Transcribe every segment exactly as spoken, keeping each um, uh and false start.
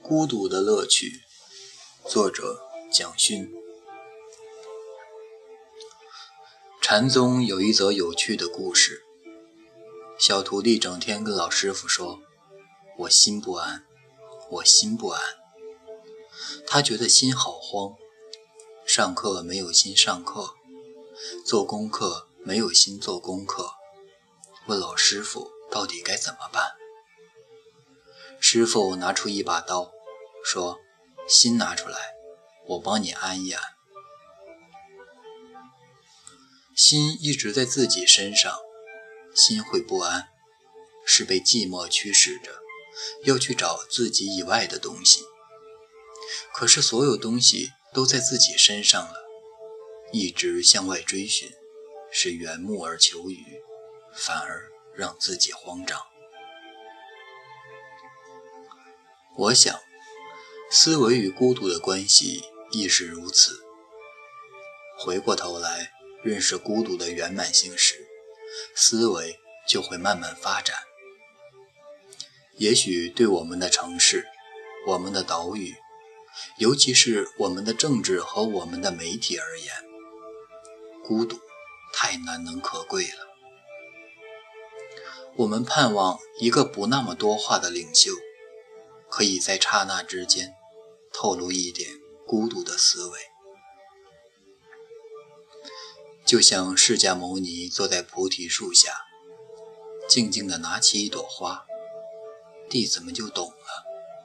孤独的乐趣，作者蒋勋。禅宗有一则有趣的故事，小徒弟整天跟老师傅说，我心不安，我心不安。他觉得心好慌，上课没有心上课，做功课没有心做功课，问老师傅到底该怎么办。师傅拿出一把刀，说，心拿出来，我帮你安一安。心一直在自己身上，心会不安，是被寂寞驱使着，要去找自己以外的东西。可是所有东西都在自己身上了，一直向外追寻，是缘木而求鱼，反而让自己慌张。我想，思维与孤独的关系亦是如此。回过头来认识孤独的圆满性时，思维就会慢慢发展。也许对我们的城市，我们的岛屿，尤其是我们的政治和我们的媒体而言，孤独太难能可贵了。我们盼望一个不那么多话的领袖，可以在刹那之间透露一点孤独的思维。就像释迦牟尼坐在菩提树下，静静地拿起一朵花，弟子们就懂了。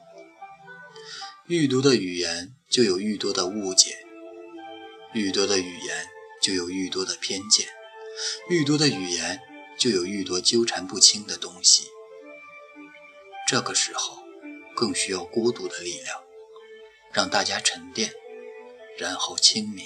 愈多的语言就有愈多的误解，愈多的语言就有愈多的偏见，愈多的语言就有愈多纠缠不清的东西。这个时候更需要孤独的力量，让大家沉淀，然后清明。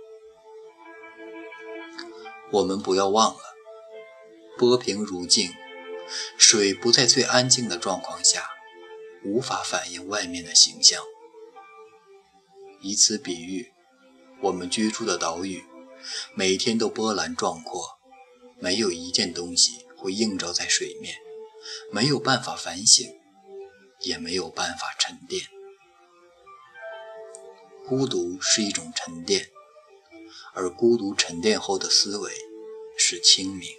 我们不要忘了，波平如镜，水不在最安静的状况下，无法反映外面的形象。以此比喻，我们居住的岛屿，每天都波澜壮阔，没有一件东西会映照在水面，没有办法反省，也没有办法沉淀。孤独是一种沉淀，而孤独沉淀后的思维是清明。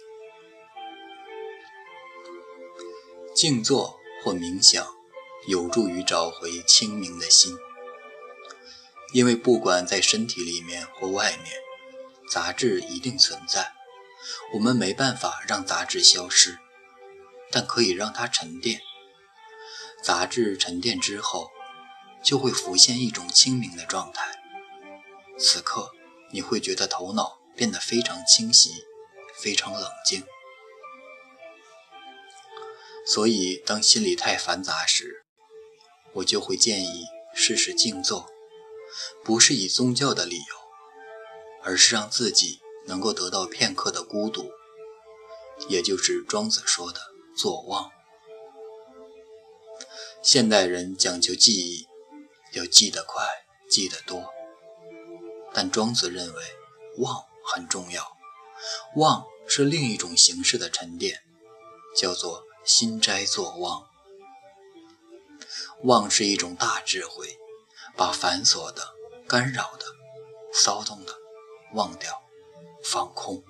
静坐或冥想有助于找回清明的心，因为不管在身体里面或外面，杂质一定存在，我们没办法让杂质消失，但可以让它沉淀。杂质沉淀之后，就会浮现一种清明的状态。此刻你会觉得头脑变得非常清晰，非常冷静。所以当心里太繁杂时，我就会建议试试静坐，不是以宗教的理由，而是让自己能够得到片刻的孤独，也就是庄子说的坐忘。现代人讲究记忆，要记得快，记得多，但庄子认为忘很重要，忘是另一种形式的沉淀，叫做心斋坐忘。忘是一种大智慧，把繁琐的、干扰的、骚动的忘掉，放空。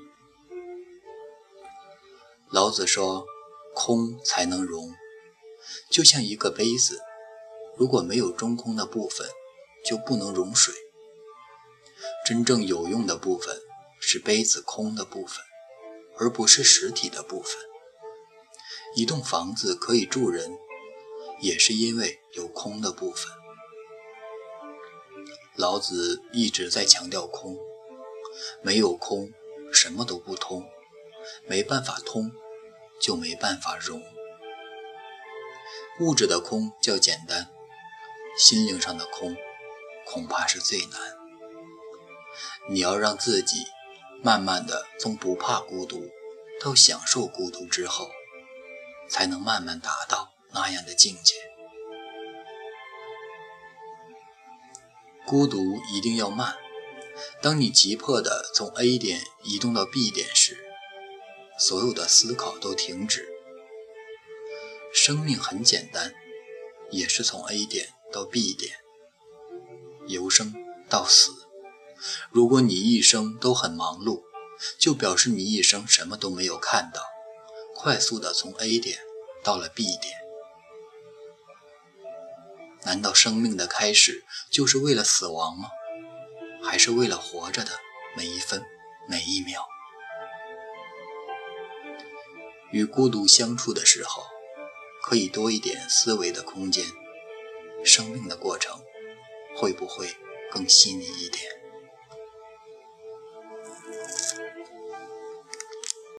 老子说，空才能容，就像一个杯子，如果没有中空的部分，就不能容水。真正有用的部分是杯子空的部分，而不是实体的部分。一栋房子可以住人，也是因为有空的部分。老子一直在强调空，没有空，什么都不通，没办法通，就没办法容。物质的空较简单，心灵上的空恐怕是最难。你要让自己慢慢的从不怕孤独到享受孤独之后，才能慢慢达到那样的境界。孤独一定要慢，当你急迫的从 A 点移动到 B 点时，所有的思考都停止。生命很简单，也是从 A 点到 B 点，由生到死。如果你一生都很忙碌，就表示你一生什么都没有看到，快速地从 A 点到了 B 点。难道生命的开始就是为了死亡吗？还是为了活着的每一分每一秒？与孤独相处的时候，可以多一点思维的空间，生命的过程会不会更细腻一点？